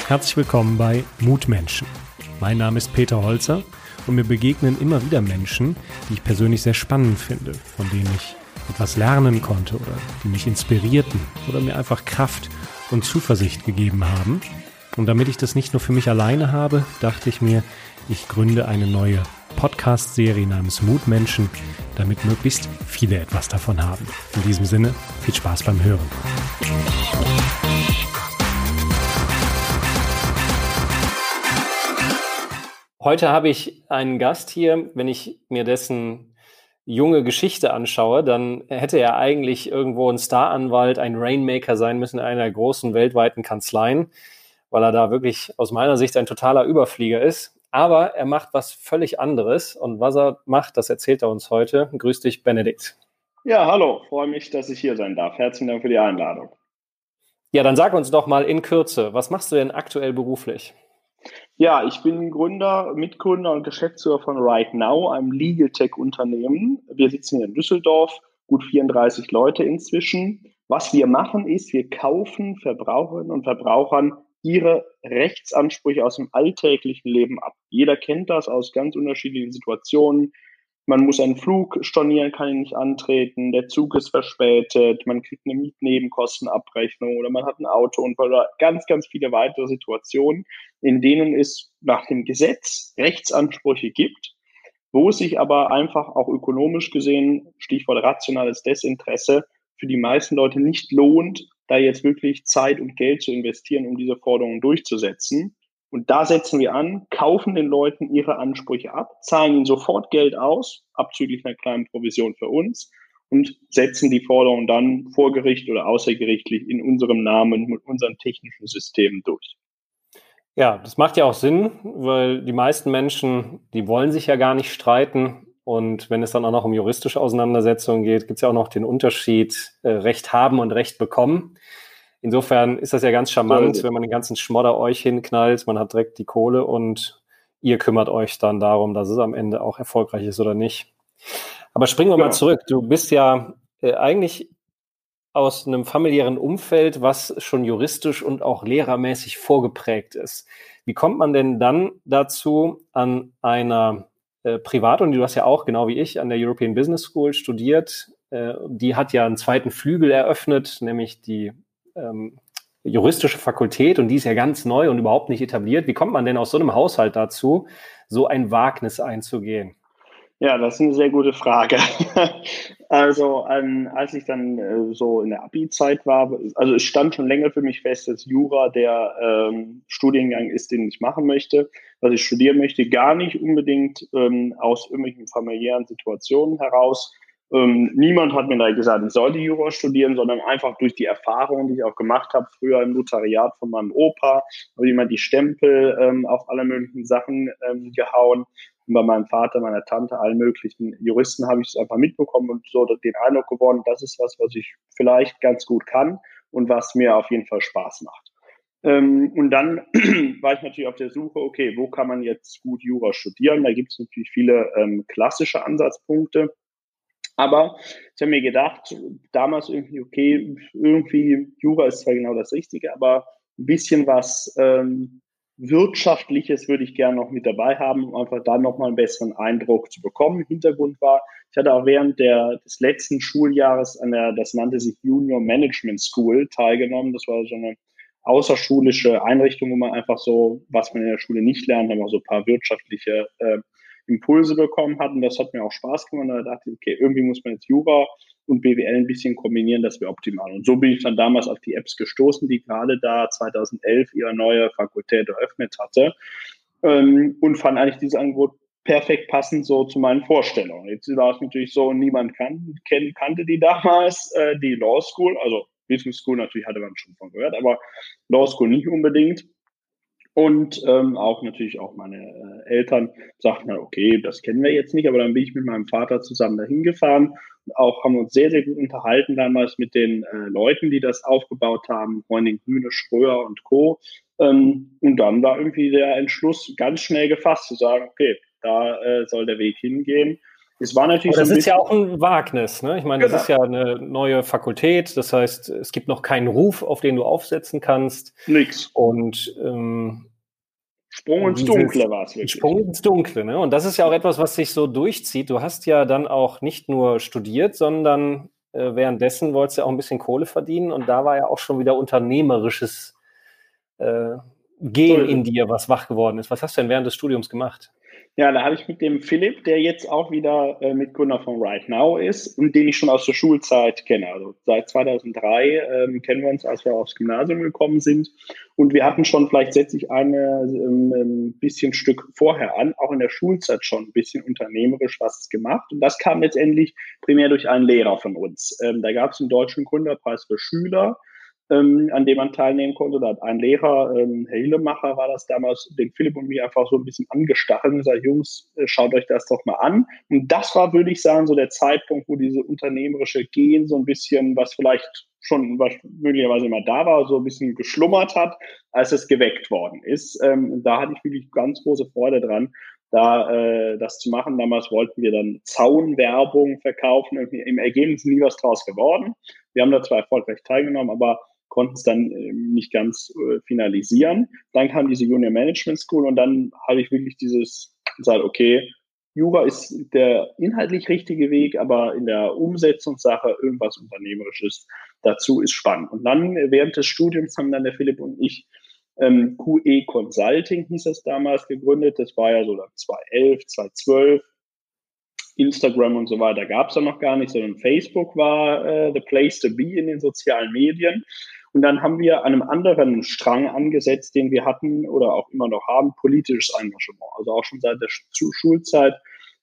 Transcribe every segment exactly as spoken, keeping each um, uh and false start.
Herzlich willkommen bei Mutmenschen. Mein Name ist Peter Holzer und mir begegnen immer wieder Menschen, die ich persönlich sehr spannend finde, von denen ich etwas lernen konnte oder die mich inspirierten oder mir einfach Kraft und Zuversicht gegeben haben. Und damit ich das nicht nur für mich alleine habe, dachte ich mir, ich gründe eine neue Podcast-Serie namens Mutmenschen, damit möglichst viele etwas davon haben. In diesem Sinne, viel Spaß beim Hören. Heute habe ich einen Gast hier. Wenn ich mir dessen junge Geschichte anschaue, dann hätte er eigentlich irgendwo ein Staranwalt, ein Rainmaker sein müssen in einer der großen weltweiten Kanzleien, weil er da wirklich aus meiner Sicht ein totaler Überflieger ist. Aber er macht was völlig anderes. Und was er macht, das erzählt er uns heute. Grüß dich, Benedikt. Ja, hallo. Freue mich, dass ich hier sein darf. Herzlichen Dank für die Einladung. Ja, dann sag uns doch mal in Kürze, was machst du denn aktuell beruflich? Ja, ich bin Gründer, Mitgründer und Geschäftsführer von RightNow, einem Legal Tech-Unternehmen. Wir sitzen hier in Düsseldorf, gut vierunddreißig Leute inzwischen. Was wir machen ist, wir kaufen Verbraucherinnen und Verbrauchern ihre Rechtsansprüche aus dem alltäglichen Leben ab. Jeder kennt das aus ganz unterschiedlichen Situationen. Man muss einen Flug stornieren, kann ihn nicht antreten, der Zug ist verspätet, man kriegt eine Mietnebenkostenabrechnung oder man hat einen Autounfall oder ganz, ganz viele weitere Situationen, in denen es nach dem Gesetz Rechtsansprüche gibt, wo es sich aber einfach auch ökonomisch gesehen, Stichwort rationales Desinteresse, für die meisten Leute nicht lohnt, da jetzt wirklich Zeit und Geld zu investieren, um diese Forderungen durchzusetzen. Und da setzen wir an, kaufen den Leuten ihre Ansprüche ab, zahlen ihnen sofort Geld aus, abzüglich einer kleinen Provision für uns, und setzen die Forderungen dann vor Gericht oder außergerichtlich in unserem Namen mit unseren technischen Systemen durch. Ja, das macht ja auch Sinn, weil die meisten Menschen, die wollen sich ja gar nicht streiten. Und wenn es dann auch noch um juristische Auseinandersetzungen geht, gibt es ja auch noch den Unterschied äh, Recht haben und Recht bekommen. Insofern ist das ja ganz charmant, so, wenn man den ganzen Schmodder euch hinknallt, man hat direkt die Kohle und ihr kümmert euch dann darum, dass es am Ende auch erfolgreich ist oder nicht. Aber springen wir genau. mal zurück. Du bist ja äh, eigentlich aus einem familiären Umfeld, was schon juristisch und auch lehrermäßig vorgeprägt ist. Wie kommt man denn dann dazu, an einer äh, Privatuni, du hast ja auch, genau wie ich, an der European Business School studiert, äh, die hat ja einen zweiten Flügel eröffnet, nämlich die ähm, juristische Fakultät, und die ist ja ganz neu und überhaupt nicht etabliert. Wie kommt man denn aus so einem Haushalt dazu, so ein Wagnis einzugehen? Ja, das ist eine sehr gute Frage. Also, ähm, als ich dann äh, so in der Abi-Zeit war, also es stand schon länger für mich fest, dass Jura der ähm, Studiengang ist, den ich machen möchte, was ich studieren möchte, gar nicht unbedingt ähm, aus irgendwelchen familiären Situationen heraus. Ähm, niemand hat mir da gesagt, ich sollte Jura studieren, sondern einfach durch die Erfahrungen, die ich auch gemacht habe, früher im Notariat von meinem Opa, habe ich immer die Stempel ähm, auf alle möglichen Sachen ähm, gehauen. Und bei meinem Vater, meiner Tante, allen möglichen Juristen habe ich es einfach mitbekommen und so den Eindruck gewonnen, das ist was, was ich vielleicht ganz gut kann und was mir auf jeden Fall Spaß macht. Ähm, und dann war ich natürlich auf der Suche, okay, wo kann man jetzt gut Jura studieren? Da gibt es natürlich viele ähm, klassische Ansatzpunkte. Aber ich habe mir gedacht, damals irgendwie, okay, irgendwie Jura ist zwar genau das Richtige, aber ein bisschen was ähm, Wirtschaftliches würde ich gerne noch mit dabei haben, um einfach dann nochmal einen besseren Eindruck zu bekommen. Hintergrund war, ich hatte auch während der, des letzten Schuljahres an der, das nannte sich Junior Management School, teilgenommen. Das war so eine außerschulische Einrichtung, wo man einfach so, was man in der Schule nicht lernt, aber so ein paar wirtschaftliche äh, Impulse bekommen hat, und das hat mir auch Spaß gemacht. Und da dachte ich, okay, irgendwie muss man jetzt Jura und B W L ein bisschen kombinieren, das wäre optimal. Und so bin ich dann damals auf die Apps gestoßen, die gerade da zweitausendelf ihre neue Fakultät eröffnet hatte, ähm, und fand eigentlich dieses Angebot perfekt passend so zu meinen Vorstellungen. Jetzt war es natürlich so, niemand kan kan kannte die damals, äh, die Law School, also Business School natürlich hatte man schon von gehört, aber Law School nicht unbedingt. Und ähm, auch natürlich auch meine äh, Eltern sagten, na, okay, das kennen wir jetzt nicht, aber dann bin ich mit meinem Vater zusammen dahin gefahren. Und auch haben uns sehr, sehr gut unterhalten damals mit den äh, Leuten, die das aufgebaut haben, Freundin Grüne, Schröer und Co. Ähm, und dann war irgendwie der Entschluss ganz schnell gefasst, zu sagen, okay, da äh, soll der Weg hingehen. Es war natürlich Aber so das ein ist ja bisschen. auch ein Wagnis, ne? Ich meine, das Genau. ist ja eine neue Fakultät. Das heißt, es gibt noch keinen Ruf, auf den du aufsetzen kannst. Nix. Und ähm, Sprung ins dieses Dunkle war es wirklich. Sprung ins Dunkle, ne? Und das ist ja auch etwas, was sich so durchzieht. Du hast ja dann auch nicht nur studiert, sondern äh, währenddessen wolltest du ja auch ein bisschen Kohle verdienen. Und da war ja auch schon wieder unternehmerisches äh, So Gen ist in es. dir, was wach geworden ist. Was hast du denn während des Studiums gemacht? Ja, da habe ich mit dem Philipp, der jetzt auch wieder äh, Mitgründer von Right Now ist und den ich schon aus der Schulzeit kenne. Also seit zweitausenddrei ähm, kennen wir uns, als wir aufs Gymnasium gekommen sind. Und wir hatten schon, vielleicht setze ich eine ähm, ein bisschen Stück vorher an, auch in der Schulzeit schon ein bisschen unternehmerisch was gemacht. Und das kam letztendlich primär durch einen Lehrer von uns. Ähm, da gab es einen deutschen Gründerpreis für Schüler, ähm, an dem man teilnehmen konnte. Da hat ein Lehrer, ähm, Herr Hillemacher war das damals, den Philipp und mich einfach so ein bisschen angestachelt und gesagt, Jungs, äh, schaut euch das doch mal an. Und das war, würde ich sagen, so der Zeitpunkt, wo diese unternehmerische Gen so ein bisschen, was vielleicht schon was möglicherweise immer da war, so ein bisschen geschlummert hat, als es geweckt worden ist. Ähm, da hatte ich wirklich ganz große Freude dran, da äh, das zu machen. Damals wollten wir dann Zaunwerbung verkaufen. Im Ergebnis nie was draus geworden. Wir haben da zwar erfolgreich teilgenommen, aber konnten es dann äh, nicht ganz äh, finalisieren. Dann kam diese Junior Management School und dann habe ich wirklich dieses gesagt, okay, Jura ist der inhaltlich richtige Weg, aber in der Umsetzungssache irgendwas Unternehmerisches dazu ist spannend. Und dann äh, während des Studiums haben dann der Philipp und ich ähm, Q E Consulting hieß es damals gegründet. Das war ja so zweitausendelf, zweitausendzwölf. Instagram und so weiter gab es ja noch gar nicht, sondern Facebook war äh, the place to be in den sozialen Medien. Und dann haben wir an einem anderen Strang angesetzt, den wir hatten oder auch immer noch haben, politisches Engagement. Also auch schon seit der Schulzeit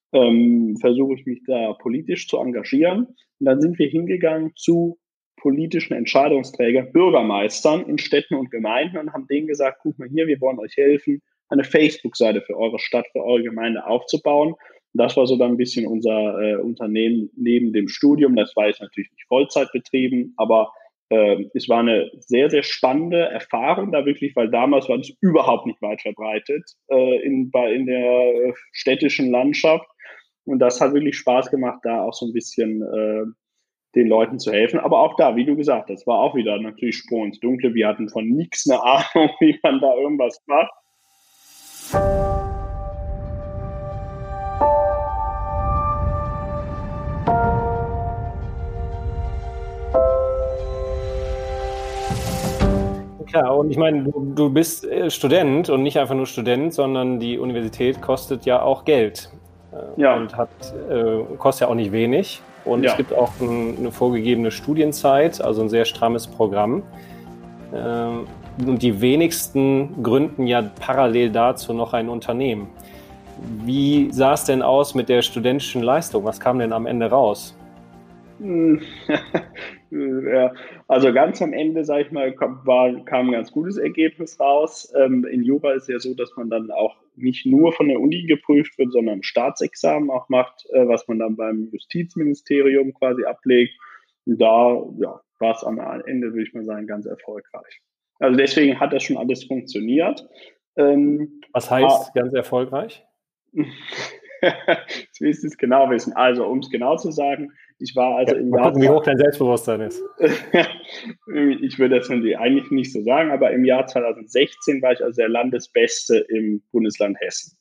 ähm, versuche ich mich da politisch zu engagieren. Und dann sind wir hingegangen zu politischen Entscheidungsträgern, Bürgermeistern in Städten und Gemeinden und haben denen gesagt, guck mal hier, wir wollen euch helfen, eine Facebook-Seite für eure Stadt, für eure Gemeinde aufzubauen. Und das war so dann ein bisschen unser äh, Unternehmen neben dem Studium. Das war jetzt natürlich nicht Vollzeit betrieben, aber äh, es war eine sehr, sehr spannende Erfahrung da wirklich, weil damals war das überhaupt nicht weit verbreitet äh, in, bei, in der städtischen Landschaft. Und das hat wirklich Spaß gemacht, da auch so ein bisschen äh, den Leuten zu helfen. Aber auch da, wie du gesagt hast, war auch wieder natürlich Sprung ins Dunkle. Wir hatten von nichts eine Ahnung, wie man da irgendwas macht. Klar, und ich meine, du, du bist äh, Student und nicht einfach nur Student, sondern die Universität kostet ja auch Geld äh, Ja. und hat, äh, kostet ja auch nicht wenig. Und Ja. es gibt auch ein, eine vorgegebene Studienzeit, also ein sehr strammes Programm. Äh, und die wenigsten gründen ja parallel dazu noch ein Unternehmen. Wie sah es denn aus mit der studentischen Leistung? Was kam denn am Ende raus? Ja, also ganz am Ende, sage ich mal, kam, war, kam ein ganz gutes Ergebnis raus. Ähm, in Jura ist ja so, dass man dann auch nicht nur von der Uni geprüft wird, sondern ein Staatsexamen auch macht, äh, was man dann beim Justizministerium quasi ablegt. Und da ja, war es am Ende, würde ich mal sagen, ganz erfolgreich. Also deswegen hat das schon alles funktioniert. Ähm, Was heißt ganz erfolgreich? Jetzt willst du es genau wissen. Also, um es genau zu sagen, ich war also Ja, im mal Jahr. gucken, wie hoch dein Selbstbewusstsein ist. Ich würde das eigentlich nicht so sagen, aber im Jahr zweitausendsechzehn war ich also der Landesbeste im Bundesland Hessen.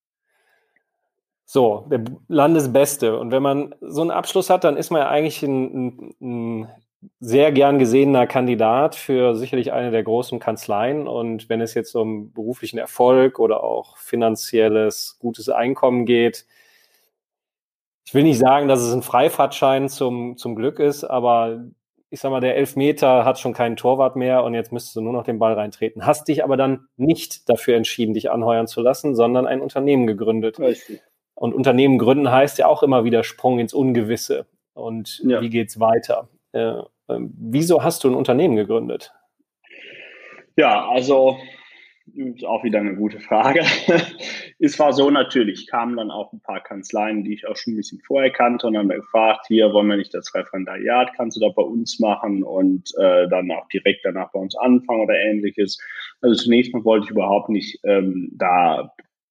So, der Landesbeste. Und wenn man so einen Abschluss hat, dann ist man ja eigentlich ein, ein, ein sehr gern gesehener Kandidat für sicherlich eine der großen Kanzleien. Und wenn es jetzt um beruflichen Erfolg oder auch finanzielles, gutes Einkommen geht, ich will nicht sagen, dass es ein Freifahrtschein zum, zum Glück ist, aber ich sag mal, der Elfmeter hat schon keinen Torwart mehr und jetzt müsstest du nur noch den Ball reintreten. Hast dich aber dann nicht dafür entschieden, dich anheuern zu lassen, sondern ein Unternehmen gegründet. Richtig. Und Unternehmen gründen heißt ja auch immer wieder Sprung ins Ungewisse. Und Ja. wie geht's weiter? Äh, äh, wieso hast du ein Unternehmen gegründet? Ja, also ist auch wieder eine gute Frage. Es war so, natürlich kamen dann auch ein paar Kanzleien, die ich auch schon ein bisschen vorher kannte und haben gefragt, hier wollen wir nicht das Referendariat, kannst du da bei uns machen und äh, dann auch direkt danach bei uns anfangen oder ähnliches. Also zunächst mal wollte ich überhaupt nicht ähm, da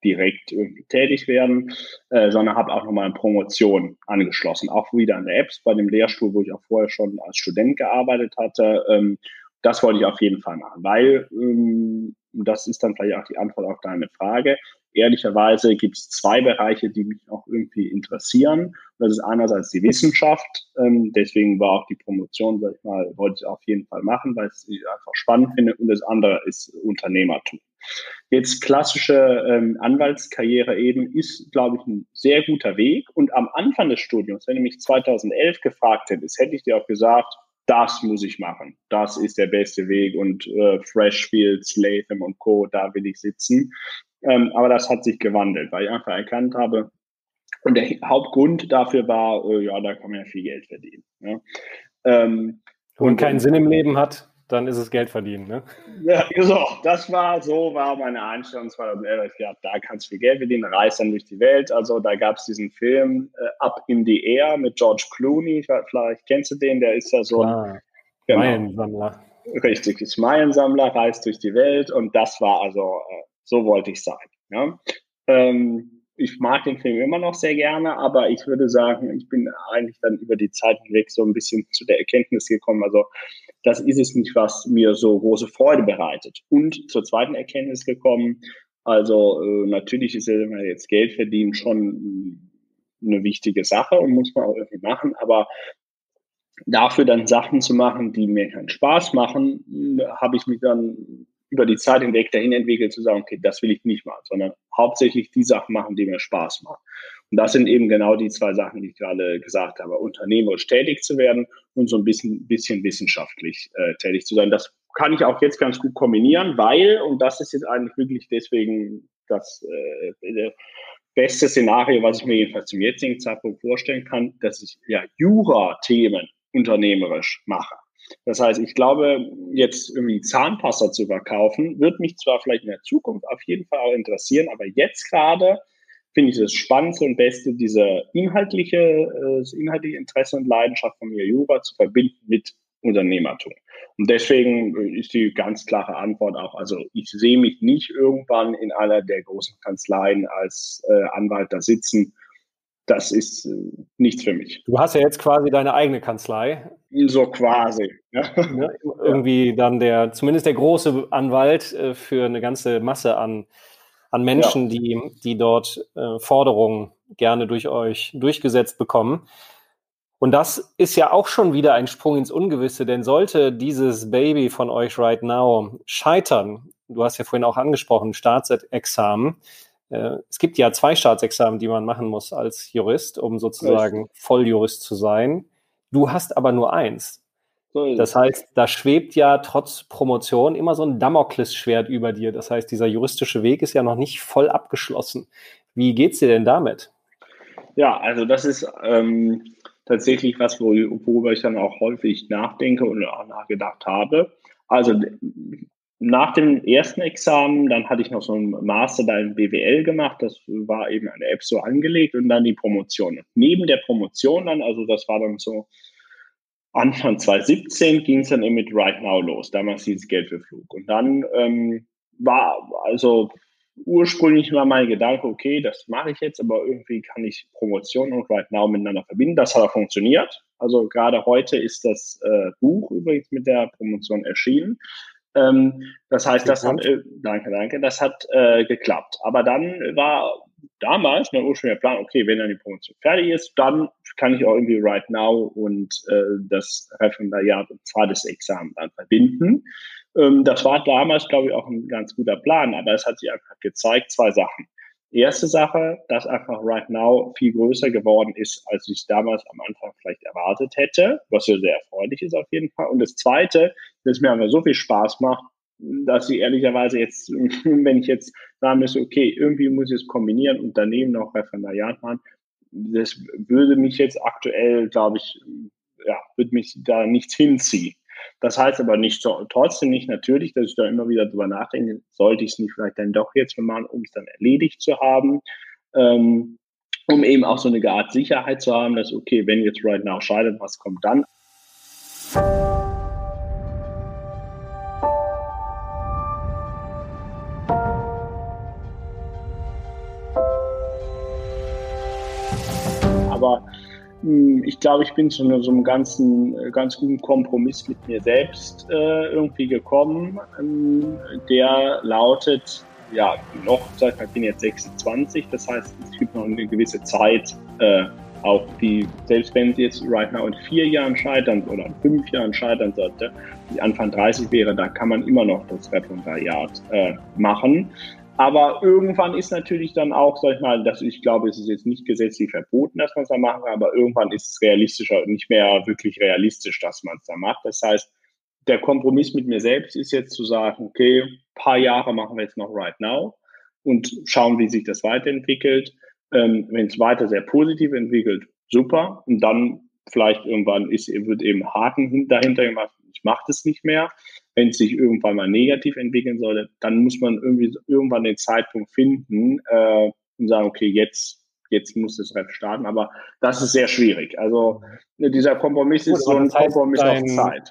direkt irgendwie tätig werden, äh, sondern habe auch nochmal eine Promotion angeschlossen, auch wieder an der Apps bei dem Lehrstuhl, wo ich auch vorher schon als Student gearbeitet hatte. Ähm, das wollte ich auf jeden Fall machen, weil ähm, das ist dann vielleicht auch die Antwort auf deine Frage. Ehrlicherweise gibt es zwei Bereiche, die mich auch irgendwie interessieren. Das ist einerseits die Wissenschaft. Ähm, deswegen war auch die Promotion, sag ich mal, wollte ich auf jeden Fall machen, weil ich es einfach spannend finde. Und das andere ist Unternehmertum. Jetzt klassische ähm, Anwaltskarriere eben ist, glaube ich, ein sehr guter Weg. Und am Anfang des Studiums, wenn du mich zweitausendelf gefragt hättest, hätte ich dir auch gesagt, das muss ich machen. Das ist der beste Weg und äh, Freshfields, Latham und Co., da will ich sitzen. Ähm, aber das hat sich gewandelt, weil ich einfach erkannt habe, und der Hauptgrund dafür war, äh, ja, da kann man ja viel Geld verdienen. Ja. Ähm, Wenn man und keinen Sinn im Leben hat, dann ist es Geld verdienen, ne? Ja, so, das war, so war meine Einstellung zweitausendelf. Ich dachte, da kannst du viel Geld verdienen, reist dann durch die Welt. Also da gab es diesen Film äh, Up in the Air mit George Clooney. Vielleicht kennst du den, der ist ja so Klar. ein, genau, Meilensammler. richtig, ist Meilensammler, reist durch die Welt und das war also, äh, so wollte ich sein. Ja? Ähm, ich mag den Film immer noch sehr gerne, aber ich würde sagen, ich bin eigentlich dann über die Zeit hinweg so ein bisschen zu der Erkenntnis gekommen, also das ist es nicht, was mir so große Freude bereitet. Und zur zweiten Erkenntnis gekommen, also äh, natürlich ist ja jetzt Geld verdienen schon eine wichtige Sache und muss man auch irgendwie machen, aber dafür dann Sachen zu machen, die mir keinen Spaß machen, habe ich mich dann über die Zeit hinweg dahin entwickelt, zu sagen, okay, das will ich nicht machen, sondern hauptsächlich die Sachen machen, die mir Spaß machen. Und das sind eben genau die zwei Sachen, die ich gerade gesagt habe, unternehmerisch tätig zu werden und so ein bisschen, bisschen wissenschaftlich äh, tätig zu sein. Das kann ich auch jetzt ganz gut kombinieren, weil, und das ist jetzt eigentlich wirklich deswegen das äh, beste Szenario, was ich mir jedenfalls zum jetzigen Zeitpunkt vorstellen kann, dass ich ja Jura-Themen unternehmerisch mache. Das heißt, ich glaube, jetzt irgendwie Zahnpasta zu verkaufen, wird mich zwar vielleicht in der Zukunft auf jeden Fall auch interessieren, aber jetzt gerade finde ich das Spannendste und Beste, diese inhaltliche, das inhaltliche Interesse und Leidenschaft von mir, Jura zu verbinden mit Unternehmertum. Und deswegen ist die ganz klare Antwort auch, also ich sehe mich nicht irgendwann in einer der großen Kanzleien als äh, Anwalt da sitzen. Das ist äh, nichts für mich. Du hast ja jetzt quasi deine eigene Kanzlei. So quasi. Ja. Ne? Irgendwie ja. Dann der, zumindest der große Anwalt äh, für eine ganze Masse an, an Menschen, ja. die, die dort äh, Forderungen gerne durch euch durchgesetzt bekommen. Und das ist ja auch schon wieder ein Sprung ins Ungewisse, denn sollte dieses Baby von euch right now scheitern, du hast ja vorhin auch angesprochen, Staatsexamen, äh, es gibt ja zwei Staatsexamen, die man machen muss als Jurist, um sozusagen Volljurist zu sein. Du hast aber nur eins. So das heißt, da schwebt ja trotz Promotion immer so ein Damoklesschwert über dir. Das heißt, dieser juristische Weg ist ja noch nicht voll abgeschlossen. Wie geht's dir denn damit? Ja, also das ist ähm, tatsächlich was, worüber ich dann auch häufig nachdenke und auch nachgedacht habe. Also nach dem ersten Examen, dann hatte ich noch so einen Master da in B W L gemacht. Das war eben an der App so angelegt und dann die Promotion. Und neben der Promotion dann, also das war dann so Anfang zwanzig siebzehn, ging es dann eben mit Right Now los. Damals hieß es Geld für Flug. Und dann ähm, war also ursprünglich war mein Gedanke, okay, das mache ich jetzt, aber irgendwie kann ich Promotion und Right Now miteinander verbinden. Das hat auch funktioniert. Also gerade heute ist das äh, Buch übrigens mit der Promotion erschienen. Ähm, das heißt, das hat, äh, danke, danke, das hat äh, geklappt. Aber dann war damals mein ursprünglicher Plan, okay, wenn dann die Promotion fertig ist, dann kann ich auch irgendwie Right Now und äh, das Referendariat und zweites Examen dann verbinden. Ähm, das war damals, glaube ich, auch ein ganz guter Plan, aber es hat sich einfach gezeigt, zwei Sachen. Erste Sache, dass einfach Right Now viel größer geworden ist, als ich damals am Anfang vielleicht erwartet hätte, was ja sehr erfreulich ist auf jeden Fall. Und das Zweite, dass es mir einfach so viel Spaß macht, dass ich ehrlicherweise jetzt, wenn ich jetzt sagen müsste, okay, irgendwie muss ich es kombinieren, Unternehmen noch Referendariat machen, das würde mich jetzt aktuell, glaube ich, ja, würde mich da nichts hinziehen. Das heißt aber nicht so, trotzdem nicht natürlich, dass ich da immer wieder drüber nachdenke, sollte ich es nicht vielleicht dann doch jetzt machen, um es dann erledigt zu haben, ähm, um eben auch so eine Art Sicherheit zu haben, dass okay, wenn jetzt Right Now scheitert, was kommt dann? ich glaube, ich bin zu so einem ganzen, ganz guten Kompromiss mit mir selbst äh, irgendwie gekommen. Ähm, der lautet, ja, noch, sag ich mal, ich bin jetzt sechsundzwanzig, das heißt, es gibt noch eine gewisse Zeit, äh, auch die, selbst wenn es jetzt right now in vier Jahren scheitern oder in fünf Jahren scheitern sollte, die Anfang dreißig wäre, da kann man immer noch das Referendariat äh, machen. Aber irgendwann ist natürlich dann auch, sag ich mal, dass ich glaube, es ist jetzt nicht gesetzlich verboten, dass man es da machen kann, aber irgendwann ist es realistischer und nicht mehr wirklich realistisch, dass man es da macht. Das heißt, der Kompromiss mit mir selbst ist jetzt zu sagen, okay, paar Jahre machen wir jetzt noch right now und schauen, wie sich das weiterentwickelt. Ähm, wenn es weiter sehr positiv entwickelt, super. Und dann vielleicht irgendwann ist, wird eben Haken dahinter gemacht, ich mache das nicht mehr. Wenn es sich irgendwann mal negativ entwickeln sollte, dann muss man irgendwie irgendwann den Zeitpunkt finden äh, und sagen, okay, jetzt, jetzt muss das Ref starten. Aber das ist sehr schwierig. Also dieser Kompromiss Gut, ist so ein das heißt, Kompromiss dein, auf Zeit.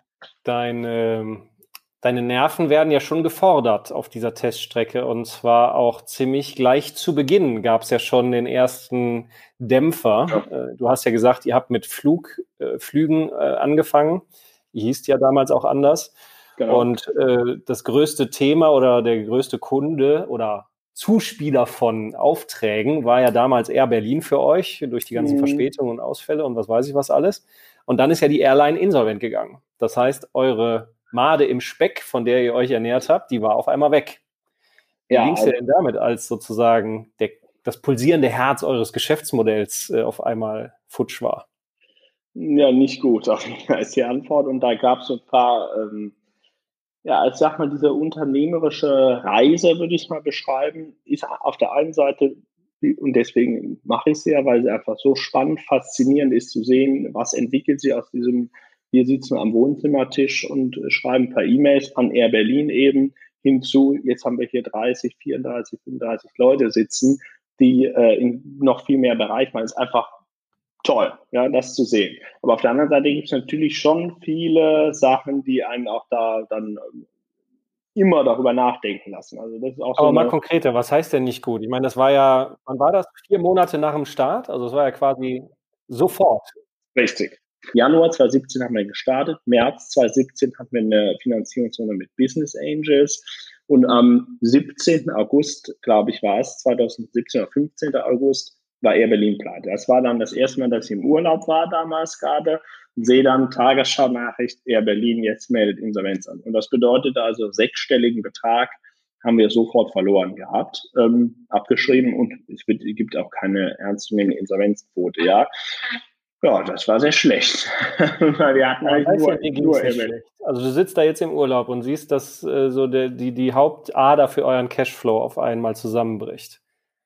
Dein, deine Nerven werden ja schon gefordert auf dieser Teststrecke und zwar auch ziemlich gleich zu Beginn gab es ja schon den ersten Dämpfer. Ja. Du hast ja gesagt, ihr habt mit Flug, äh, Flügen äh, angefangen. Ihr hießt ja damals auch anders. Genau. Und äh, das größte Thema oder der größte Kunde oder Zuspieler von Aufträgen war ja damals Air Berlin für euch durch die ganzen mhm. Verspätungen und Ausfälle und was weiß ich was alles. Und dann ist ja die Airline insolvent gegangen. Das heißt, eure Made im Speck, von der ihr euch ernährt habt, die war auf einmal weg. Wie ja, ging es dir denn damit, als sozusagen der, das pulsierende Herz eures Geschäftsmodells äh, auf einmal futsch war? Ja, nicht gut, ist die Antwort. Und da gab es so ein paar, ähm, ja, ich sag mal, diese unternehmerische Reise, würde ich es mal beschreiben, ist auf der einen Seite, und deswegen mache ich es ja, weil sie einfach so spannend, faszinierend ist zu sehen, was entwickelt sie aus diesem, wir sitzen am Wohnzimmertisch und schreiben ein paar E-Mails an Air Berlin eben hinzu, jetzt haben wir hier dreißig, vierunddreißig, fünfunddreißig Leute sitzen, die äh, in noch viel mehr Bereich machen. Es ist einfach toll, ja, das zu sehen. Aber auf der anderen Seite gibt es natürlich schon viele Sachen, die einen auch da dann immer darüber nachdenken lassen. Also das ist auch Aber so mal eine, konkreter, was heißt denn nicht gut? Ich meine, das war ja, wann war das? Vier Monate nach dem Start? Also es war ja quasi sofort. Richtig. Januar zweitausendsiebzehn haben wir gestartet, März zweitausendsiebzehn hatten wir eine Finanzierungsrunde mit Business Angels und am siebzehnten August, glaube ich, war es, zweitausendsiebzehn oder fünfzehnten August, war Air Berlin pleite. Das war dann das erste Mal, dass ich im Urlaub war damals gerade und sehe dann Tagesschau-Nachricht, Air Berlin jetzt meldet Insolvenz an. Und das bedeutet also sechsstelligen Betrag haben wir sofort verloren gehabt, ähm, abgeschrieben und es wird, gibt auch keine ernstzunehmende Insolvenzquote, ja. Ja, das war sehr schlecht, weil wir hatten eigentlich nur, ja, nur nicht schlecht. Also du sitzt da jetzt im Urlaub und siehst, dass äh, so der, die, die Hauptader für euren Cashflow auf einmal zusammenbricht.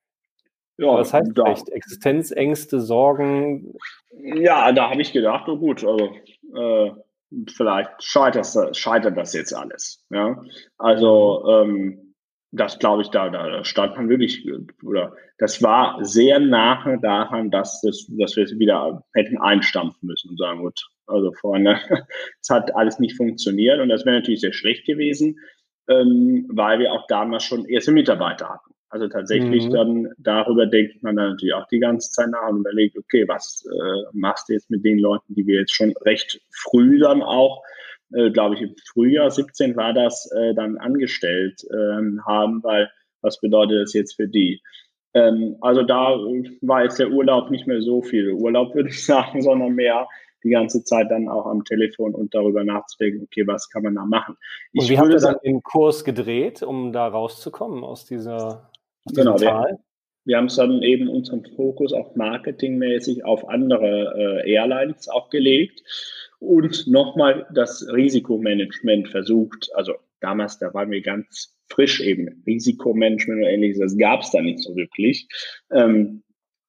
Ja, was heißt da, schlecht? Existenzängste, Sorgen? Ja, da habe ich gedacht, oh gut, also äh, vielleicht scheitert, scheitert das jetzt alles. Ja, also ähm, das glaube ich, da, da stand man wirklich, oder das war sehr nahe daran, dass, das, dass wir es wieder hätten einstampfen müssen und sagen, gut, also vorne, es hat alles nicht funktioniert und das wäre natürlich sehr schlecht gewesen, ähm, weil wir auch damals schon erste Mitarbeiter hatten. Also tatsächlich mhm. dann darüber denkt man dann natürlich auch die ganze Zeit nach und überlegt, okay, was äh, machst du jetzt mit den Leuten, die wir jetzt schon recht früh dann auch Äh, glaube ich, im Frühjahr siebzehn war das, äh, dann angestellt ähm, haben, weil was bedeutet das jetzt für die? Ähm, also da war jetzt der Urlaub nicht mehr so viel Urlaub, würde ich sagen, sondern mehr die ganze Zeit dann auch am Telefon und darüber nachzudenken, okay, was kann man da machen? Ich und wie habt ihr dann den Kurs gedreht, um da rauszukommen aus dieser aus diesem genau, Tal? Wir, wir haben es dann eben unseren Fokus auch marketingmäßig auf andere äh, Airlines auch gelegt und nochmal das Risikomanagement versucht. Also damals, da waren wir ganz frisch eben, Risikomanagement oder ähnliches, das gab es da nicht so wirklich. Ähm,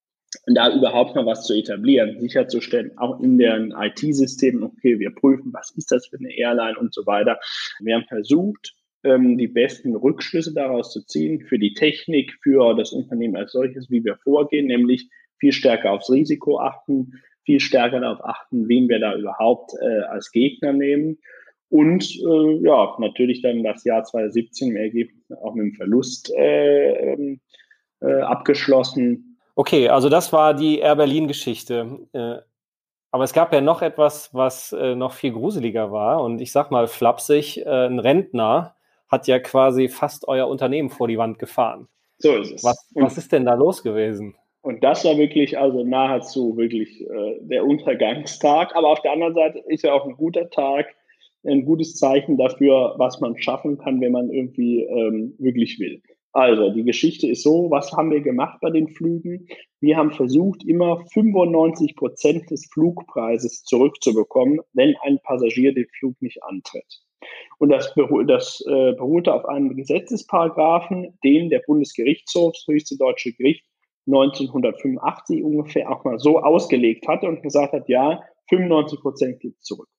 da überhaupt mal was zu etablieren, sicherzustellen, auch in deren I T-Systemen, okay, wir prüfen, was ist das für eine Airline und so weiter. Wir haben versucht, die besten Rückschlüsse daraus zu ziehen für die Technik, für das Unternehmen als solches, wie wir vorgehen, nämlich viel stärker aufs Risiko achten, viel stärker darauf achten, wen wir da überhaupt äh, als Gegner nehmen und äh, ja, natürlich dann das Jahr zweitausendsiebzehn im Ergebnis auch mit dem Verlust äh, äh, abgeschlossen. Okay, also das war die Air Berlin-Geschichte. Äh, Aber es gab ja noch etwas, was äh, noch viel gruseliger war. Und ich sag mal flapsig, äh, ein Rentner hat ja quasi fast euer Unternehmen vor die Wand gefahren. So ist es. Was, Und, was ist denn da los gewesen? und das war wirklich, also nahezu wirklich äh, der Untergangstag. Aber auf der anderen Seite ist ja auch ein guter Tag, ein gutes Zeichen dafür, was man schaffen kann, wenn man irgendwie ähm, wirklich will. Also, die Geschichte ist so, was haben wir gemacht bei den Flügen? Wir haben versucht, immer fünfundneunzig Prozent des Flugpreises zurückzubekommen, wenn ein Passagier den Flug nicht antritt. Und das, beru das äh, beruhte auf einem Gesetzesparagraphen, den der Bundesgerichtshof, das höchste deutsche Gericht, neunzehnhundertfünfundachtzig ungefähr auch mal so ausgelegt hatte und gesagt hat, ja, fünfundneunzig Prozent gibt es zurück.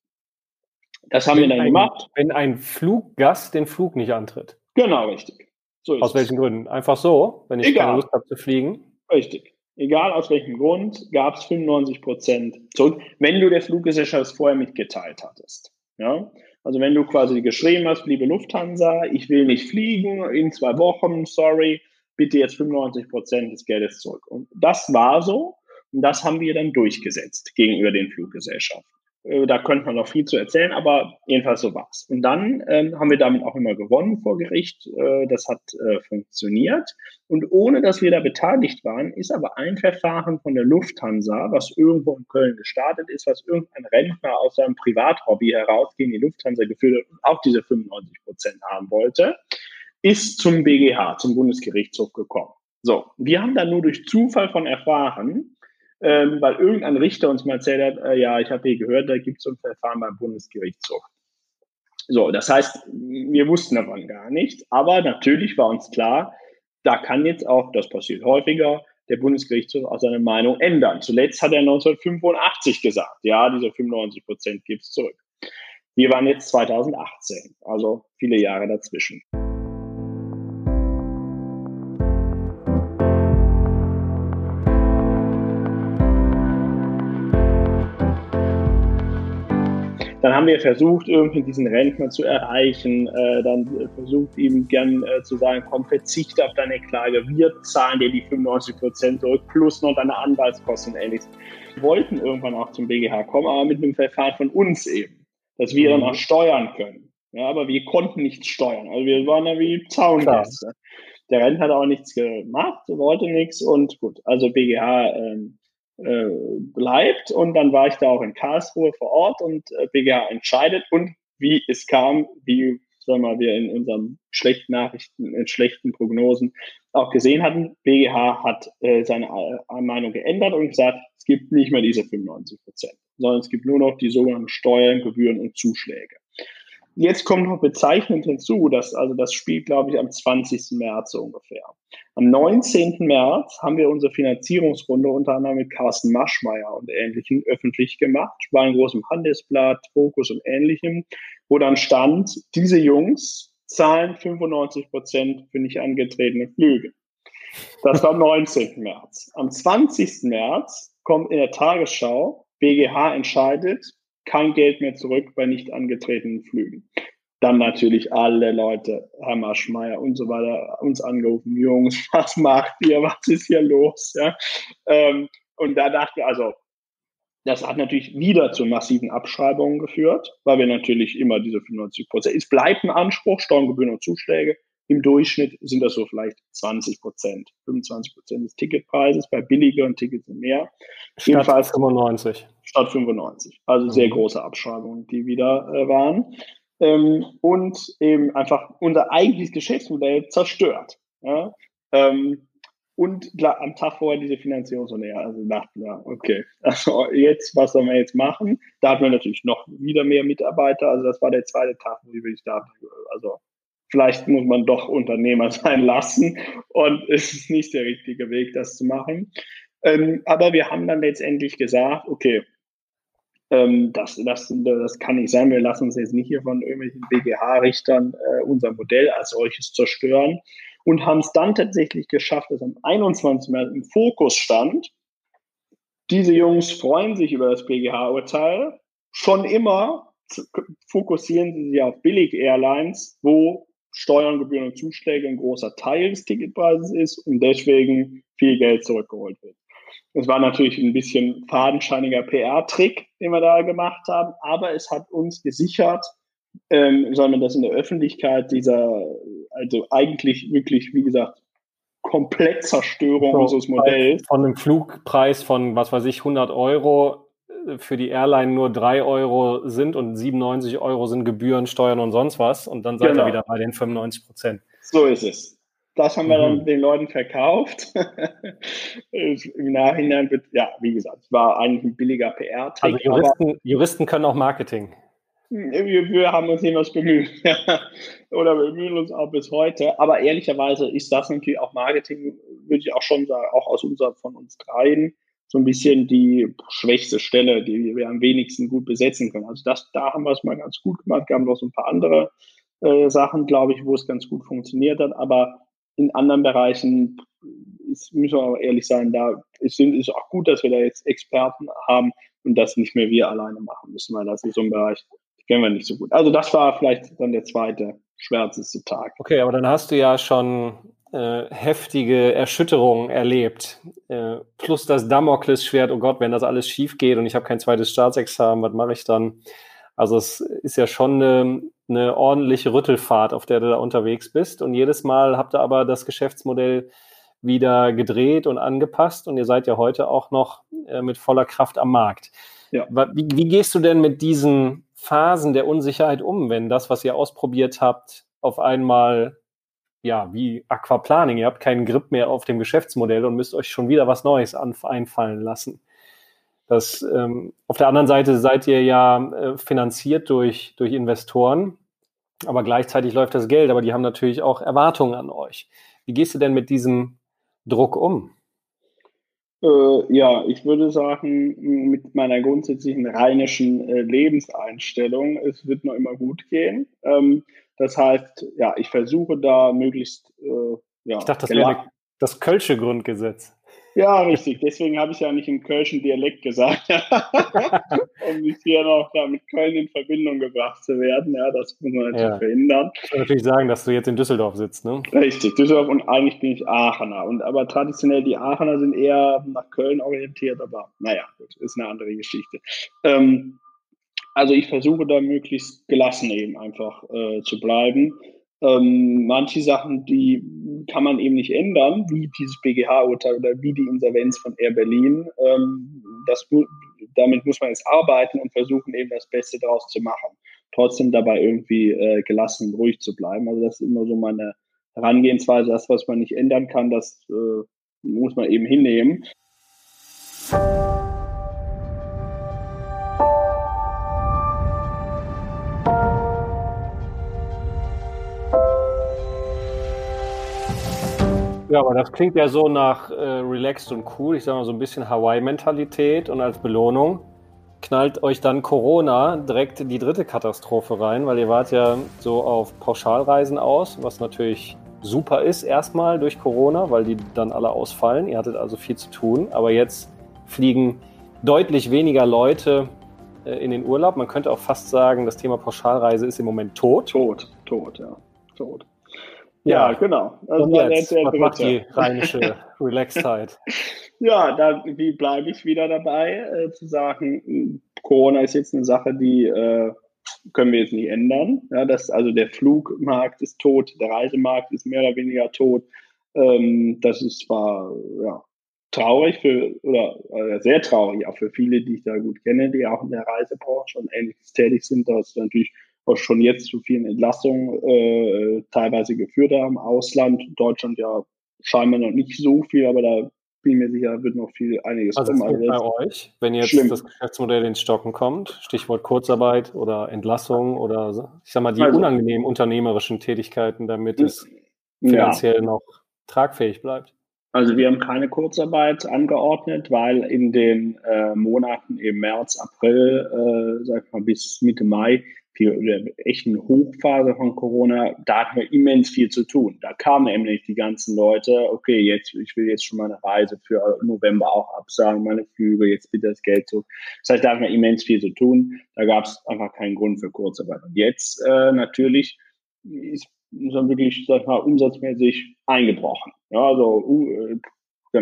Das haben wenn wir dann ein, gemacht. Wenn ein Fluggast den Flug nicht antritt. Genau, richtig. So ist aus welchen es. Gründen? Einfach so, wenn ich Egal. keine Lust habe zu fliegen? Richtig. Egal aus welchem Grund, gab es fünfundneunzig Prozent zurück, wenn du der Fluggesellschaft vorher mitgeteilt hattest. Ja? Also wenn du quasi geschrieben hast, liebe Lufthansa, ich will nicht fliegen, in zwei Wochen, sorry, bitte jetzt fünfundneunzig Prozent des Geldes zurück. Und das war so und das haben wir dann durchgesetzt gegenüber den Fluggesellschaften. Da könnte man noch viel zu erzählen, aber jedenfalls so war's. Und dann ähm, haben wir damit auch immer gewonnen vor Gericht. Äh, das hat äh, funktioniert. Und ohne, dass wir da beteiligt waren, ist aber ein Verfahren von der Lufthansa, was irgendwo in Köln gestartet ist, was irgendein Rentner aus seinem Privathobby heraus gegen die Lufthansa geführt hat und auch diese fünfundneunzig Prozent haben wollte, ist zum B G H, zum Bundesgerichtshof gekommen. So, wir haben dann nur durch Zufall von erfahren, Ähm, weil irgendein Richter uns mal erzählt hat, äh, ja, ich habe hier gehört, da gibt es so ein Verfahren beim Bundesgerichtshof. So, das heißt, wir wussten davon gar nichts, aber natürlich war uns klar, da kann jetzt auch, das passiert häufiger, der Bundesgerichtshof auch seine Meinung ändern. Zuletzt hat er neunzehnhundertfünfundachtzig gesagt, ja, diese fünfundneunzig Prozent gibt es zurück. Wir waren jetzt zweitausendachtzehn, also viele Jahre dazwischen. Dann haben wir versucht, irgendwie diesen Rentner zu erreichen, äh, dann versucht ihm gern äh, zu sagen, komm, verzichte auf deine Klage, wir zahlen dir die fünfundneunzig Prozent zurück, plus noch deine Anwaltskosten und ähnliches. Wir wollten irgendwann auch zum B G H kommen, aber mit einem Verfahren von uns eben, dass wir mhm. dann auch steuern können. Ja, aber wir konnten nichts steuern, also wir waren da wie Zaungäste. Der Rentner hat auch nichts gemacht, wollte nichts und gut, also B G H ähm, bleibt und dann war ich da auch in Karlsruhe vor Ort und äh, B G H entscheidet und wie es kam, wie sagen wir, wir in unseren schlechten Nachrichten, in schlechten Prognosen auch gesehen hatten, B G H hat äh, seine äh, Meinung geändert und gesagt, es gibt nicht mehr diese fünfundneunzig Prozent, sondern es gibt nur noch die sogenannten Steuern, Gebühren und Zuschläge. Jetzt kommt noch bezeichnend hinzu, dass, also das spielt, glaube ich, am zwanzigsten März so ungefähr. Am neunzehnten März haben wir unsere Finanzierungsrunde unter anderem mit Carsten Maschmeyer und Ähnlichem öffentlich gemacht. War in großem Handelsblatt, Fokus und Ähnlichem, wo dann stand, diese Jungs zahlen fünfundneunzig Prozent für nicht angetretene Flüge. Das war am neunzehnten März. Am zwanzigsten März kommt in der Tagesschau, B G H entscheidet, kein Geld mehr zurück bei nicht angetretenen Flügen. Dann natürlich alle Leute, Herr Maschmeyer und so weiter, uns angerufen, Jungs, was macht ihr, was ist hier los? Ja? Ähm, und da dachte ich, also, das hat natürlich wieder zu massiven Abschreibungen geführt, weil wir natürlich immer diese fünfundneunzig Prozent, es bleibt ein Anspruch, Steuern, Gebühren und Zuschläge. Im Durchschnitt sind das so vielleicht zwanzig Prozent, fünfundzwanzig Prozent des Ticketpreises, bei billigeren Tickets sind mehr. Statt Jedenfalls fünfundneunzig. Statt fünfundneunzig. Also mhm. sehr große Abschreibungen, die wieder äh, waren. Ähm, und eben einfach unser eigentliches Geschäftsmodell zerstört. Ja? Ähm, und klar, am Tag vorher diese Finanzierungsrunde, ja, also dachten wir, okay, also jetzt, was sollen wir jetzt machen? Da hatten wir natürlich noch wieder mehr Mitarbeiter, also das war der zweite Tag, wo ich dachte, also vielleicht muss man doch Unternehmer sein lassen und es ist nicht der richtige Weg, das zu machen. Ähm, aber wir haben dann letztendlich gesagt, okay, ähm, das, das, das kann nicht sein, wir lassen uns jetzt nicht hier von irgendwelchen B G H-Richtern äh, unser Modell als solches zerstören und haben es dann tatsächlich geschafft, dass am einundzwanzigsten März im Fokus stand, diese Jungs freuen sich über das B G H-Urteil, schon immer fokussieren sie sich auf Billig-Airlines, wo Steuern, Gebühren und Zuschläge ein großer Teil des Ticketpreises ist und deswegen viel Geld zurückgeholt wird. Es war natürlich ein bisschen fadenscheiniger P R-Trick, den wir da gemacht haben, aber es hat uns gesichert, ähm, soll man das in der Öffentlichkeit dieser, also eigentlich wirklich, wie gesagt, komplett Zerstörung So, unseres Modells. von einem Flugpreis von, was weiß ich, hundert Euro für die Airline nur drei Euro sind und siebenundneunzig Euro sind Gebühren, Steuern und sonst was. Und dann seid Genau. ihr wieder bei den fünfundneunzig Prozent. So ist es. Das haben wir Mhm. dann den Leuten verkauft. Im Nachhinein wird, ja, wie gesagt, es war eigentlich ein billiger P R-Trick. Also Juristen, Juristen können auch Marketing. Wir, wir haben uns jemals bemüht. Oder wir bemühen uns auch bis heute. Aber ehrlicherweise ist das natürlich auch Marketing, würde ich auch schon sagen, auch aus unserer, von uns dreien, so ein bisschen die schwächste Stelle, die wir am wenigsten gut besetzen können. Also das, da haben wir es mal ganz gut gemacht. Wir haben noch so ein paar andere äh, Sachen, glaube ich, wo es ganz gut funktioniert hat. Aber in anderen Bereichen ist, müssen wir auch ehrlich sein, da ist es auch gut, dass wir da jetzt Experten haben und das nicht mehr wir alleine machen müssen, weil das ist so ein Bereich, kennen wir nicht so gut. Also das war vielleicht dann der zweite schwärzeste Tag. Okay, aber dann hast du ja schon äh, heftige Erschütterungen erlebt. Äh, plus das Damoklesschwert, oh Gott, wenn das alles schief geht und ich habe kein zweites Staatsexamen, was mache ich dann? Also es ist ja schon eine, eine ordentliche Rüttelfahrt, auf der du da unterwegs bist. Und jedes Mal habt ihr aber das Geschäftsmodell wieder gedreht und angepasst. Und ihr seid ja heute auch noch äh, mit voller Kraft am Markt. Ja. Wie, wie gehst du denn mit diesen Phasen der Unsicherheit um, wenn das, was ihr ausprobiert habt, auf einmal, ja, wie Aquaplaning, ihr habt keinen Grip mehr auf dem Geschäftsmodell und müsst euch schon wieder was Neues einfallen lassen. Das, ähm, auf der anderen Seite seid ihr ja äh, finanziert durch, durch Investoren, aber gleichzeitig läuft das Geld, aber die haben natürlich auch Erwartungen an euch. Wie gehst du denn mit diesem Druck um? Äh, ja, ich würde sagen, mit meiner grundsätzlichen rheinischen äh, Lebenseinstellung, es wird noch immer gut gehen. Ähm, das heißt, ja, ich versuche da möglichst, äh, ja, ich dachte, das wäre das Kölsche Grundgesetz. Ja, richtig. Deswegen habe ich ja nicht im Kölschen Dialekt gesagt, um nicht hier noch da mit Köln in Verbindung gebracht zu werden. Ja, das muss man natürlich ja. verhindern. Ich kann natürlich sagen, dass du jetzt in Düsseldorf sitzt, ne? Richtig, Düsseldorf und eigentlich bin ich Aachener. Und aber traditionell die Aachener sind eher nach Köln orientiert, aber naja, gut, ist eine andere Geschichte. Ähm, also ich versuche da möglichst gelassen eben einfach äh, zu bleiben. Ähm, manche Sachen, die kann man eben nicht ändern, wie dieses B G H-Urteil oder wie die Insolvenz von Air Berlin. Ähm, das, damit muss man jetzt arbeiten und versuchen, eben das Beste daraus zu machen. Trotzdem dabei irgendwie äh, gelassen und ruhig zu bleiben. Also das ist immer so meine Herangehensweise. Das, was man nicht ändern kann, das äh, muss man eben hinnehmen. Ja, aber das klingt ja so nach äh, relaxed und cool. Ich sage mal so ein bisschen Hawaii-Mentalität und als Belohnung knallt euch dann Corona direkt die dritte Katastrophe rein, weil ihr wart ja so auf Pauschalreisen aus, was natürlich super ist erstmal durch Corona, weil die dann alle ausfallen. Ihr hattet also viel zu tun, aber jetzt fliegen deutlich weniger Leute äh, in den Urlaub. Man könnte auch fast sagen, das Thema Pauschalreise ist im Moment tot. Tot, tot, ja, tot. Ja, ja, genau. Also und jetzt, der was macht die rheinische Relaxedheit? Ja, da wie bleibe ich wieder dabei, äh, zu sagen, Corona ist jetzt eine Sache, die äh, können wir jetzt nicht ändern. Ja, das, also der Flugmarkt ist tot, der Reisemarkt ist mehr oder weniger tot. Ähm, das ist zwar ja, traurig für, oder äh, sehr traurig, auch für viele, die ich da gut kenne, die auch in der Reisebranche schon ähnliches tätig sind, dass natürlich auch schon jetzt zu vielen Entlassungen äh, teilweise geführt haben. Ausland, Deutschland ja scheinbar noch nicht so viel, aber da bin ich mir sicher, wird noch viel einiges also kommen. Also bei euch, wenn jetzt schlimm. das Geschäftsmodell ins Stocken kommt, Stichwort Kurzarbeit oder Entlassung oder so, ich sag mal die also, unangenehmen unternehmerischen Tätigkeiten, damit es finanziell ja. noch tragfähig bleibt. Also wir haben keine Kurzarbeit angeordnet, weil in den äh, Monaten im März, April, äh, sag ich mal bis Mitte Mai, für der echten Hochphase von Corona, da hatten wir immens viel zu tun. Da kamen nämlich die ganzen Leute, okay, jetzt, ich will jetzt schon meine Reise für November auch absagen, meine Flüge, jetzt bitte das Geld zurück. Das heißt, da hatten wir immens viel zu tun. Da gab es einfach keinen Grund für Kurzarbeit. Und jetzt äh, natürlich ist so wirklich, sag ich mal, umsatzmäßig eingebrochen. Ja, also, uh, genau.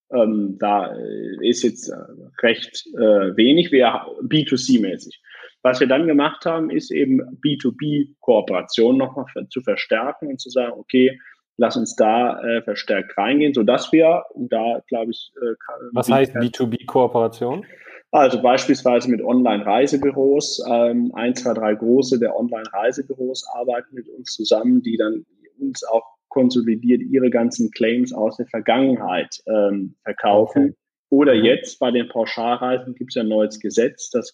Ähm, da äh, ist jetzt äh, recht äh, wenig, wir B zwei C-mäßig. Was wir dann gemacht haben, ist eben B zwei B-Kooperation nochmal zu verstärken und zu sagen, okay, lass uns da äh, verstärkt reingehen, sodass wir, und da glaube ich, äh, kann, Was heißt B zwei B-Kooperation? also beispielsweise mit Online-Reisebüros, ähm, ein, zwei, drei große der Online-Reisebüros arbeiten mit uns zusammen, die dann uns auch konsolidiert ihre ganzen Claims aus der Vergangenheit ähm, verkaufen. Okay. Oder Mhm. jetzt bei den Pauschalreisen gibt es ja ein neues Gesetz, das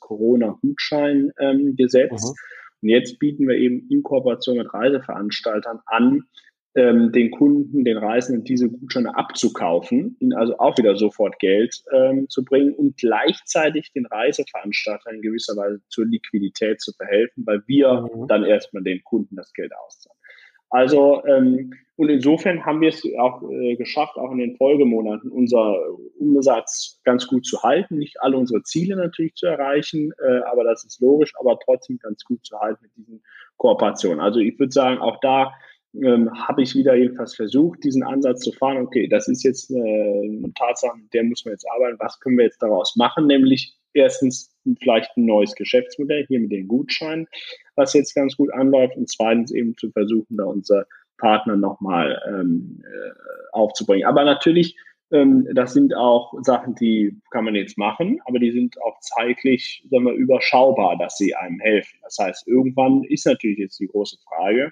Corona-Gutschein-Gesetz. Mhm. Und jetzt bieten wir eben in Kooperation mit Reiseveranstaltern an, ähm, den Kunden, den Reisenden diese Gutscheine abzukaufen, ihnen also auch wieder sofort Geld ähm, zu bringen und gleichzeitig den Reiseveranstaltern in gewisser Weise zur Liquidität zu verhelfen, weil wir Mhm. dann erstmal den Kunden das Geld auszahlen. Also, ähm, und insofern haben wir es auch äh, geschafft, auch in den Folgemonaten unser Umsatz ganz gut zu halten. Nicht alle unsere Ziele natürlich zu erreichen, äh, aber das ist logisch, aber trotzdem ganz gut zu halten mit diesen Kooperationen. Also ich würde sagen, auch da ähm, habe ich wieder jedenfalls versucht, diesen Ansatz zu fahren. Okay, das ist jetzt äh, eine Tatsache, mit der müssen wir jetzt arbeiten. Was können wir jetzt daraus machen? Nämlich erstens vielleicht ein neues Geschäftsmodell hier mit den Gutscheinen, was jetzt ganz gut anläuft, und zweitens eben zu versuchen, da unser Partner nochmal ähm, äh, aufzubringen. Aber natürlich, ähm, das sind auch Sachen, die kann man jetzt machen, aber die sind auch zeitlich, sagen wir, überschaubar, dass sie einem helfen. Das heißt, irgendwann ist natürlich jetzt die große Frage,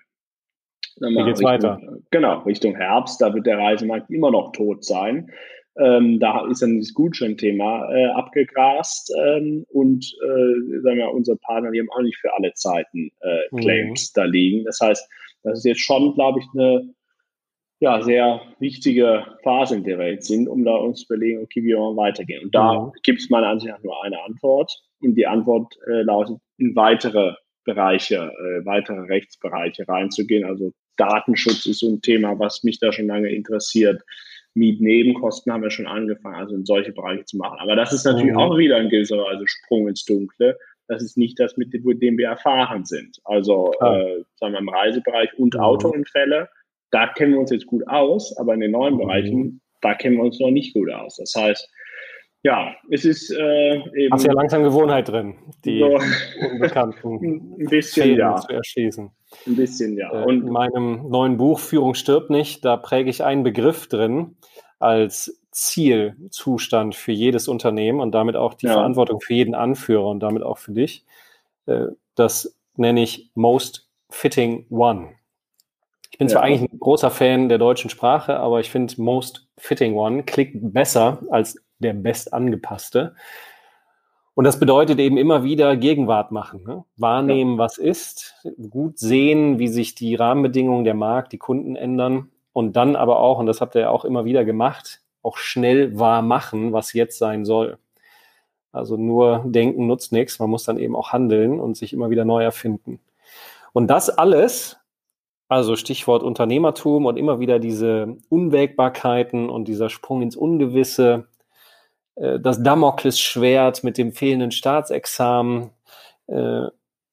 sagen Wie wir, geht's Richtung, weiter? genau, Richtung Herbst, da wird der Reisemarkt immer noch tot sein. Ähm, da ist dann das Gutscheinthema äh, abgegrast ähm, und äh, sagen wir, unsere Partner, die haben auch nicht für alle Zeiten äh, Mhm. Claims da liegen. Das heißt, das ist jetzt schon, glaube ich, eine ja, sehr wichtige Phase, in der wir jetzt sind, um da uns zu überlegen, okay, wie wollen wir weitergehen. Und da Mhm. gibt es meiner Ansicht nach nur eine Antwort. Und die Antwort äh, lautet, in weitere Bereiche, äh, weitere Rechtsbereiche reinzugehen. Also Datenschutz ist so ein Thema, was mich da schon lange interessiert. Mietnebenkosten haben wir schon angefangen, also in solche Bereiche zu machen. Aber das ist natürlich Mhm. auch wieder in gewisser Weise Sprung ins Dunkle. Das ist nicht das, mit dem wir erfahren sind. Also, Klar. äh, sagen wir im Reisebereich und Mhm. Autounfälle, da kennen wir uns jetzt gut aus, aber in den neuen Mhm. Bereichen, da kennen wir uns noch nicht gut aus. Das heißt, ja, es ist äh, Hast ja eben langsam Gewohnheit drin, die so unbekannten ein bisschen Fäden ja, zu erschließen. ein bisschen ja. Äh, in Und meinem neuen Buch Führung stirbt nicht, da präge ich einen Begriff drin als Zielzustand für jedes Unternehmen und damit auch die ja, Verantwortung für jeden Anführer und damit auch für dich. Äh, das nenne ich Most Fitting One. Ich bin zwar ja, eigentlich ein großer Fan der deutschen Sprache, aber ich finde Most Fitting One klingt besser als der bestangepasste. Und das bedeutet eben immer wieder Gegenwart machen, ne? ja. Wahrnehmen, was ist, gut sehen, wie sich die Rahmenbedingungen, der Markt, die Kunden ändern und dann aber auch, und das habt ihr ja auch immer wieder gemacht, auch schnell wahr machen, was jetzt sein soll. Also nur denken nutzt nichts, man muss dann eben auch handeln und sich immer wieder neu erfinden. Und das alles, also Stichwort Unternehmertum und immer wieder diese Unwägbarkeiten und dieser Sprung ins Ungewisse, das Damoklesschwert mit dem fehlenden Staatsexamen, äh,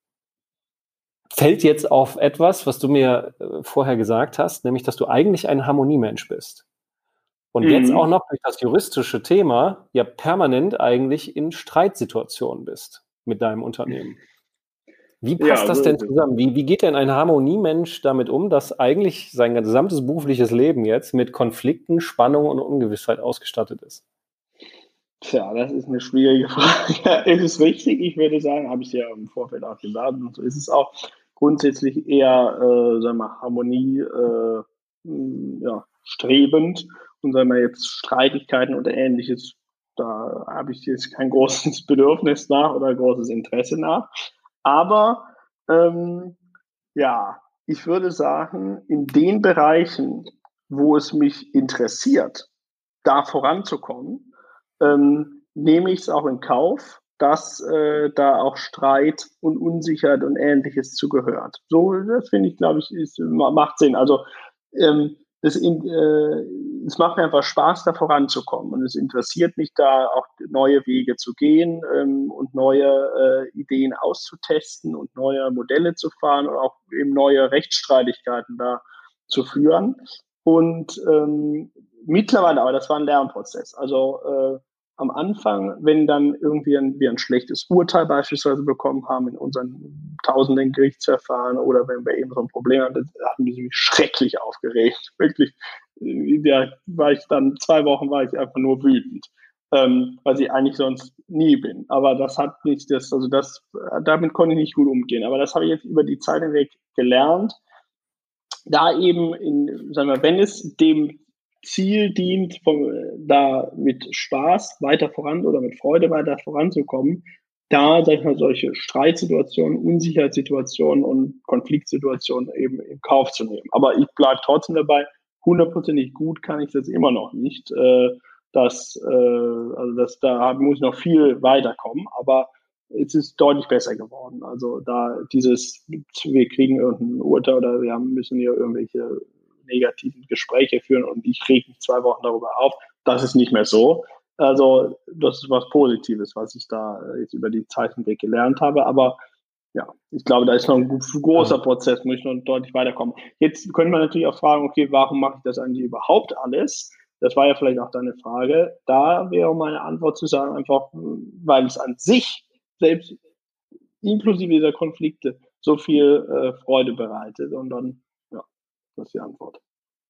fällt jetzt auf etwas, was du mir äh, vorher gesagt hast, nämlich, dass du eigentlich ein Harmoniemensch bist. Und jetzt auch Mhm. noch durch das juristische Thema ja permanent eigentlich in Streitsituationen bist mit deinem Unternehmen. Wie passt Ja, das so denn ist es. zusammen? Wie, wie geht denn ein Harmoniemensch damit um, dass eigentlich sein gesamtes berufliches Leben jetzt mit Konflikten, Spannung und Ungewissheit ausgestattet ist? Tja, das ist eine schwierige Frage. Ja, es ist richtig, ich würde sagen, habe ich ja im Vorfeld auch gesagt, und so ist es auch grundsätzlich eher, äh, sagen wir mal, Harmonie, äh, hm, ja, strebend, und sagen wir jetzt Streitigkeiten oder Ähnliches, da habe ich jetzt kein großes Bedürfnis nach oder großes Interesse nach. Aber, ähm, ja, ich würde sagen, in den Bereichen, wo es mich interessiert, da voranzukommen, ähm, nehme ich es auch in Kauf, dass äh, da auch Streit und Unsicherheit und Ähnliches zugehört. So, das finde ich, glaube ich, ist, macht Sinn. Also ähm, das in, äh, es macht mir einfach Spaß, da voranzukommen. Und es interessiert mich da auch neue Wege zu gehen ähm, und neue äh, Ideen auszutesten und neue Modelle zu fahren und auch eben neue Rechtsstreitigkeiten da zu führen. Und ähm, mittlerweile, aber das war ein Lernprozess. Also äh, am Anfang, wenn dann irgendwie ein, wir ein schlechtes Urteil beispielsweise bekommen haben in unseren tausenden Gerichtsverfahren oder wenn wir eben so ein Problem hatten, hatten wir mich schrecklich aufgeregt. Wirklich, da war ich dann, zwei Wochen war ich einfach nur wütend, ähm, was ich eigentlich sonst nie bin. Aber das hat nicht das, also das, damit konnte ich nicht gut umgehen. Aber das habe ich jetzt über die Zeit hinweg gelernt, da eben in, sagen wir, wenn es dem Ziel dient, vom, da mit Spaß weiter voran oder mit Freude weiter voranzukommen, da, sag ich mal, solche Streitsituationen, Unsicherheitssituationen und Konfliktsituationen eben in Kauf zu nehmen. Aber ich bleibe trotzdem dabei, hundertprozentig gut kann ich das immer noch nicht. Äh, dass, äh, also das, da muss ich noch viel weiterkommen, aber es ist deutlich besser geworden. Also da dieses, wir kriegen irgendein Urteil oder wir müssen hier irgendwelche negativen Gespräche führen und ich reg mich zwei Wochen darüber auf. Das ist nicht mehr so. Also das ist was Positives, was ich da jetzt über die Zeit hinweg gelernt habe. Aber ja, ich glaube, da ist noch ein großer Prozess, muss ich noch deutlich weiterkommen. Jetzt könnte man natürlich auch fragen, okay, warum mache ich das eigentlich überhaupt alles? Das war ja vielleicht auch deine Frage. Da wäre meine Antwort zu sagen, einfach, weil es an sich, selbst inklusive dieser Konflikte, so viel äh, Freude bereitet. Und dann, ja, das ist die Antwort.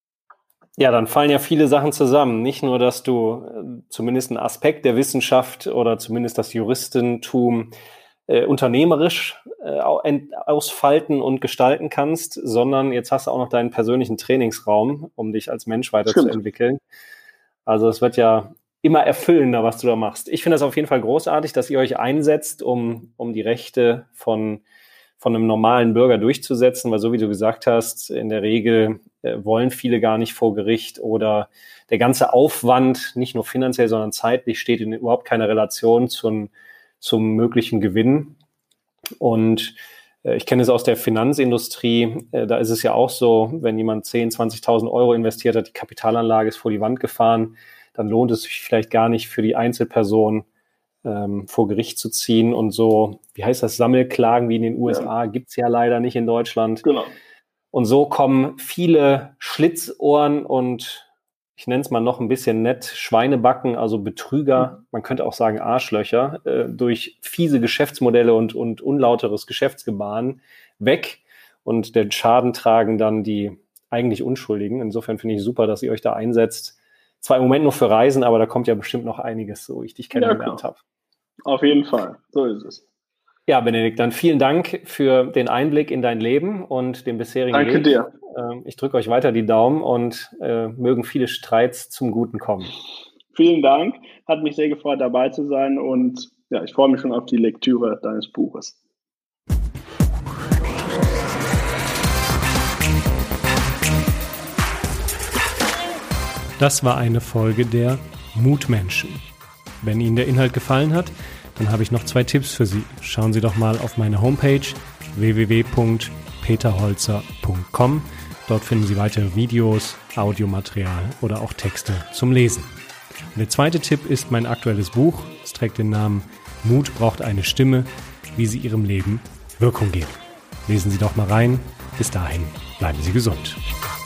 Ja, dann fallen ja viele Sachen zusammen. Nicht nur, dass du äh, zumindest einen Aspekt der Wissenschaft oder zumindest das Juristentum äh, unternehmerisch äh, ausfalten und gestalten kannst, sondern jetzt hast du auch noch deinen persönlichen Trainingsraum, um dich als Mensch weiterzuentwickeln. Also es wird ja immer erfüllender, was du da machst. Ich finde das auf jeden Fall großartig, dass ihr euch einsetzt, um, um die Rechte von, von einem normalen Bürger durchzusetzen, weil so wie du gesagt hast, in der Regel äh, wollen viele gar nicht vor Gericht oder der ganze Aufwand, nicht nur finanziell, sondern zeitlich, steht in überhaupt keine Relation zum, zum möglichen Gewinn. Und äh, ich kenne es aus der Finanzindustrie, äh, da ist es ja auch so, wenn jemand zehntausend, zwanzigtausend Euro investiert hat, die Kapitalanlage ist vor die Wand gefahren, dann lohnt es sich vielleicht gar nicht für die Einzelperson ähm, vor Gericht zu ziehen und so, wie heißt das, Sammelklagen wie in den U S A, ja. Gibt's ja leider nicht in Deutschland. Genau. Und so kommen viele Schlitzohren und ich nenne es mal noch ein bisschen nett, Schweinebacken, also Betrüger, mhm. man könnte auch sagen Arschlöcher, äh, durch fiese Geschäftsmodelle und, und unlauteres Geschäftsgebaren weg und den Schaden tragen dann die eigentlich Unschuldigen. Insofern finde ich super, dass ihr euch da einsetzt. Zwar im Moment nur für Reisen, aber da kommt ja bestimmt noch einiges, so ich dich kennengelernt ja, habe. Auf jeden Fall, so ist es. Ja, Benedikt, dann vielen Dank für den Einblick in dein Leben und den bisherigen Danke Weg. dir. Ich drücke euch weiter die Daumen und äh, mögen viele Streits zum Guten kommen. Vielen Dank, hat mich sehr gefreut, dabei zu sein und ja, ich freue mich schon auf die Lektüre deines Buches. Das war eine Folge der Mutmenschen. Wenn Ihnen der Inhalt gefallen hat, dann habe ich noch zwei Tipps für Sie. Schauen Sie doch mal auf meine Homepage w w w punkt peter holzer punkt com. Dort finden Sie weitere Videos, Audiomaterial oder auch Texte zum Lesen. Und der zweite Tipp ist mein aktuelles Buch. Es trägt den Namen Mut braucht eine Stimme, wie Sie Ihrem Leben Wirkung geben. Lesen Sie doch mal rein. Bis dahin, bleiben Sie gesund.